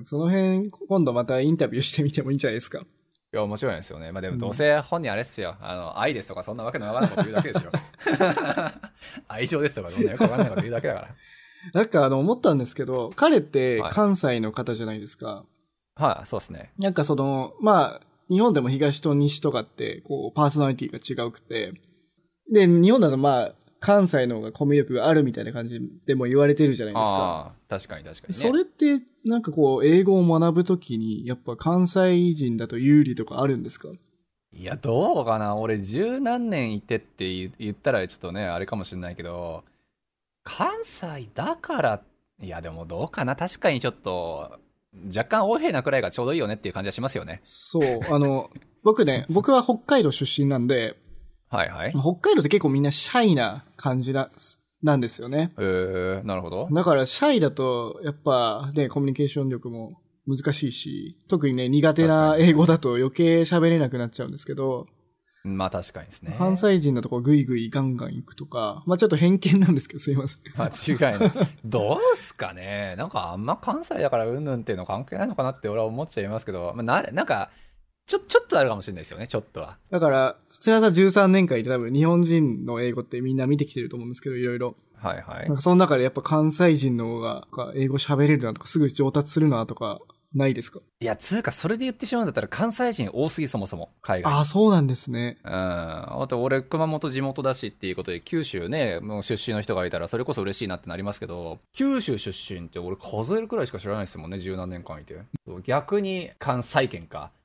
その辺、今度またインタビューしてみてもいいんじゃないですか。 いや、面白いですよね。まあでもどうせ本人あれっすよ。あの、愛ですとかそんなわけのわからないこと言うだけですよ。愛情ですとかそんなよくわかんないこと言うだけだから。 なんかあの、思ったんですけど、彼って関西の方じゃないですか。 はい、はい、そうですね。 なんかその、まあ、日本でも東と西とかって、こう、パーソナリティが違うくて、で、日本だとまあ、関西の方がコミュ力があるみたいな感じでも言われてるじゃないですか。 ああ、確かに確かに、ね。 それって、なんかこう、英語を学ぶときに、やっぱ関西人だと有利とかあるんですか？ いや、どうかな。俺、十何年いてって言ったらちょっとね、あれかもしれないけど、関西だから、いや、でもどうかな。確かにちょっと、若干横柄なくらいがちょうどいいよねっていう感じはしますよね。 そう。あの、僕ね、僕は北海道出身なんで、 はいはい。 北海道って結構みんなシャイな感じな、なんですよね。 へえー、なるほど。 だからシャイだと、やっぱね、コミュニケーション力も難しいし、特にね、苦手な英語だと余計喋れなくなっちゃうんですけど、 まあ確かにですね。 関西人だとこうグイグイガンガン行くとか、まあちょっと偏見なんですけど、すいません。 間違いない。どうすかね。なんかあんま関西だからうんぬんっていうの関係ないのかなって俺は思っちゃいますけど、まあ、な、なんか、ちょ、ちょっとあるかもしれないですよね、ちょっとは。 だから、土屋さんじゅうさんねんかんいて多分日本人の英語ってみんな見てきてると思うんですけど、いろいろ。 はいはい。 なんかその中でやっぱ関西人の方が英語喋れるなとか、すぐ上達するなとか、ないですか？ いや、つうか、それで言ってしまうんだったら関西人多すぎ、そもそも、海外。 ああ、そうなんですね。 うん。あと、俺、熊本地元だしっていうことで、九州ね、もう出身の人がいたら、それこそ嬉しいなってなりますけど、九州出身って俺数えるくらいしか知らないですもんね、十何年間いて。逆に関西圏か。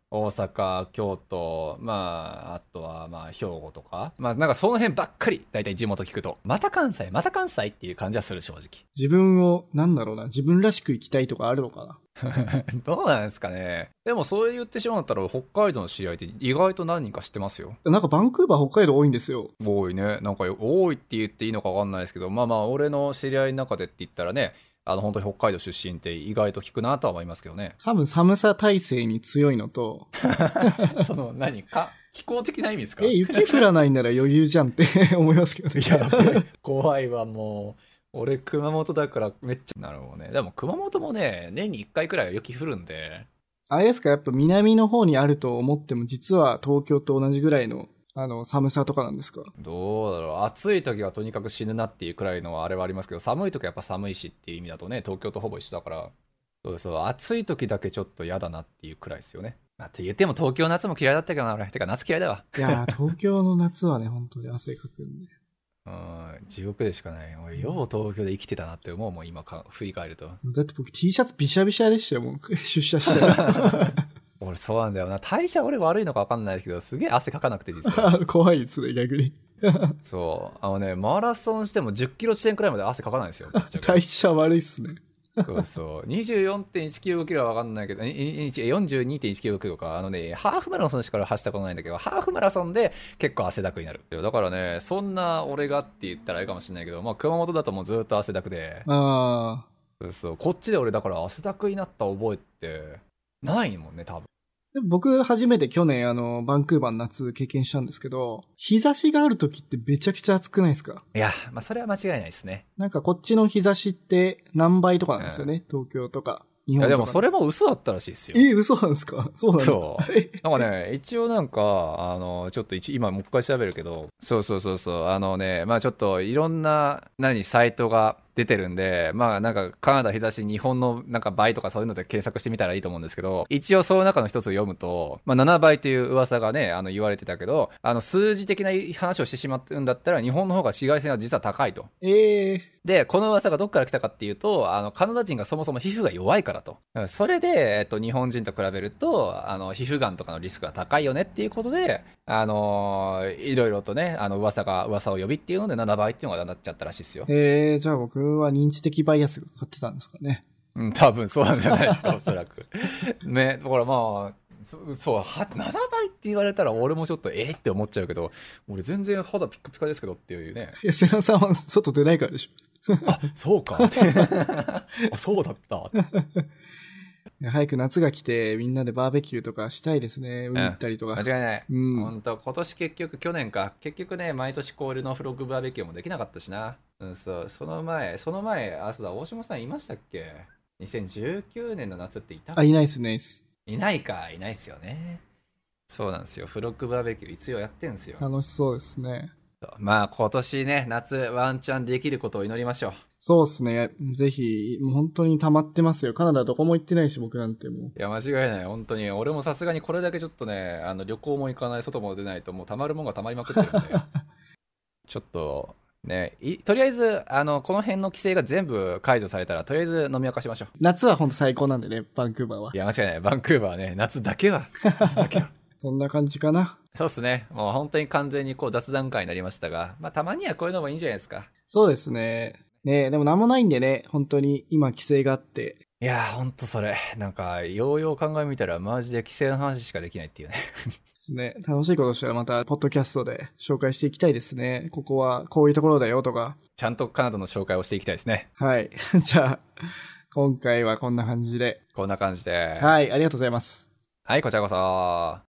大阪、京都、まあ、あとは、まあ、兵庫とか。まあ、なんかその辺ばっかり、だいたい地元聞くと。また関西、また関西っていう感じはする、正直。 自分を、なんだろうな、自分らしく生きたいとかあるのかな。 どうなんですかね。でも、そう言ってしまったら、北海道の知り合いって意外と何人か知ってますよ。 なんかバンクーバー、北海道多いんですよ。 多いね。なんか、多いって言っていいのかわかんないですけど、まあまあ、俺の知り合いの中でって言ったらね、あの、本当に北海道出身って意外と聞くなとは思いますけどね。 多分寒さ耐性に強いのと。 その何か気候的な意味ですか？ え、雪降らないなら余裕じゃんって思いますけどね。 やべえ、怖いわ、もう。俺、熊本だからめっちゃ。なるほどね。でも、熊本もね、年にいっかいくらいは雪降るんで。 あれですか、やっぱ南の方にあると思っても、実は東京と同じぐらいの、あの、寒さとかなんですか？ どうだろう。暑い時はとにかく死ぬなっていうくらいのあれはありますけど、寒い時はやっぱ寒いしっていう意味だとね、東京とほぼ一緒だから、そうそう、暑い時だけちょっと嫌だなっていうくらいですよね。まあ、って言っても東京夏も嫌いだったけどな、俺。てか夏嫌いだわ。 いやー、東京の夏はね、本当に汗かくんで。 うん、地獄でしかない。俺、よう東京で生きてたなって思うもん、今か振り返ると。 だって僕 T シャツびしゃびしゃでしたよ、もう。出社したら。 俺、そうなんだよな。代謝俺悪いのか分かんないですけど、すげえ汗かかなくて実は。 怖いですね、逆に。 そう。あのね、マラソンしてもじゅっキロ地点くらいまで汗かかないんですよ。 代謝悪いっすね。 そうそう。にじゅうよんてんいちきゅうごキロは分かんないけど、よんじゅうにてんいちきゅうごキロか。あのね、ハーフマラソンしか走ったことないんだけど、ハーフマラソンで結構汗だくになる。だからね、そんな俺がって言ったらあれかもしれないけど、まあ熊本だともうずっと汗だくで。 ああ。そう。こっちで俺だから汗だくになった覚えってないもんね、多分。 でも僕初めて去年あの、バンクーバーの夏経験したんですけど、日差しがある時ってめちゃくちゃ暑くないですか？ いや、まあそれは間違いないですね。 なんかこっちの日差しって何倍とかなんですよね、うん、東京とか。日本とか。 いやでもそれも嘘だったらしいですよ。 え、嘘なんですか？そうなんだ。 そう。なんかね、一応なんか、あの、ちょっと一今もう一回調べるけど、そうそうそうそう、あのね、まあちょっといろんな、何、サイトが出てるんで、まあなんかカナダ日差し日本のなんか倍とかそういうので検索してみたらいいと思うんですけど、一応その中の一つを読むと、まあななばいという噂がね、あの言われてたけど、あの数字的な話をしてしまってるんだったら、日本の方が紫外線は実は高いと。 ええー。 で、この噂がどっから来たかっていうと、あの、カナダ人がそもそも皮膚が弱いからと。それで、えっと、日本人と比べると、あの、皮膚がんとかのリスクが高いよねっていうことで、あのー、いろいろとね、あの、噂が、噂を呼びっていうのでななばいっていうのがなっちゃったらしいですよ。 えー、じゃあ僕は認知的バイアスがかかってたんですかね。 うん、多分そうなんじゃないですか、おそらく。ね、だからまあ、そそうはななばいって言われたら俺もちょっとえーって思っちゃうけど、俺全然肌ピカピカですけどっていうね。 いや、セナさんは外出ないからでしょ。 あ、そうか。あ、そうだった。 早く夏が来てみんなでバーベキューとかしたいですね。海行ったりとか。 うん、間違いない。 うん。 本当今年結局去年か結局ね毎年恒例のフロッグバーベキューもできなかったしな。うんそうその前その前あそうだ大島さんいましたっけ？にせんじゅうきゅうねんの夏っていた？ あいないですね。 いないかいないっすよね。そうなんですよ。フロッグバーベキュー一応やってんすよ。 楽しそうですね。 まあ今年ね夏ワンチャンできることを祈りましょう。 そうですね。ぜひ、もう本当に溜まってますよ。カナダどこも行ってないし、僕なんてもう。 いや、間違いない。本当に。俺もさすがにこれだけちょっとね、あの、旅行も行かない、外も出ないと、もう溜まるもんが溜まりまくってるんで。ちょっと、ね、とりあえず、あの、この辺の規制が全部解除されたら、とりあえず飲み明かしましょう。 夏は本当最高なんでね、バンクーバーは。 いや、間違いない。バンクーバーはね、夏だけは。夏だけは。 そんな感じかな。 そうっすね。もう本当に完全にこう雑談会になりましたが、まあ、たまにはこういうのもいいんじゃないですか。 そうですね。ねえ、でもなんもないんでね、本当に今規制があって。 いやー、ほんとそれ。なんか、ようよう考えみたら、マジで規制の話しかできないっていうね。 ですね。楽しいことしたらまた、ポッドキャストで紹介していきたいですね。ここは、こういうところだよとか。 ちゃんとカナダの紹介をしていきたいですね。 はい。じゃあ、今回はこんな感じで。 こんな感じで。 はい、ありがとうございます。 はい、こちらこそ。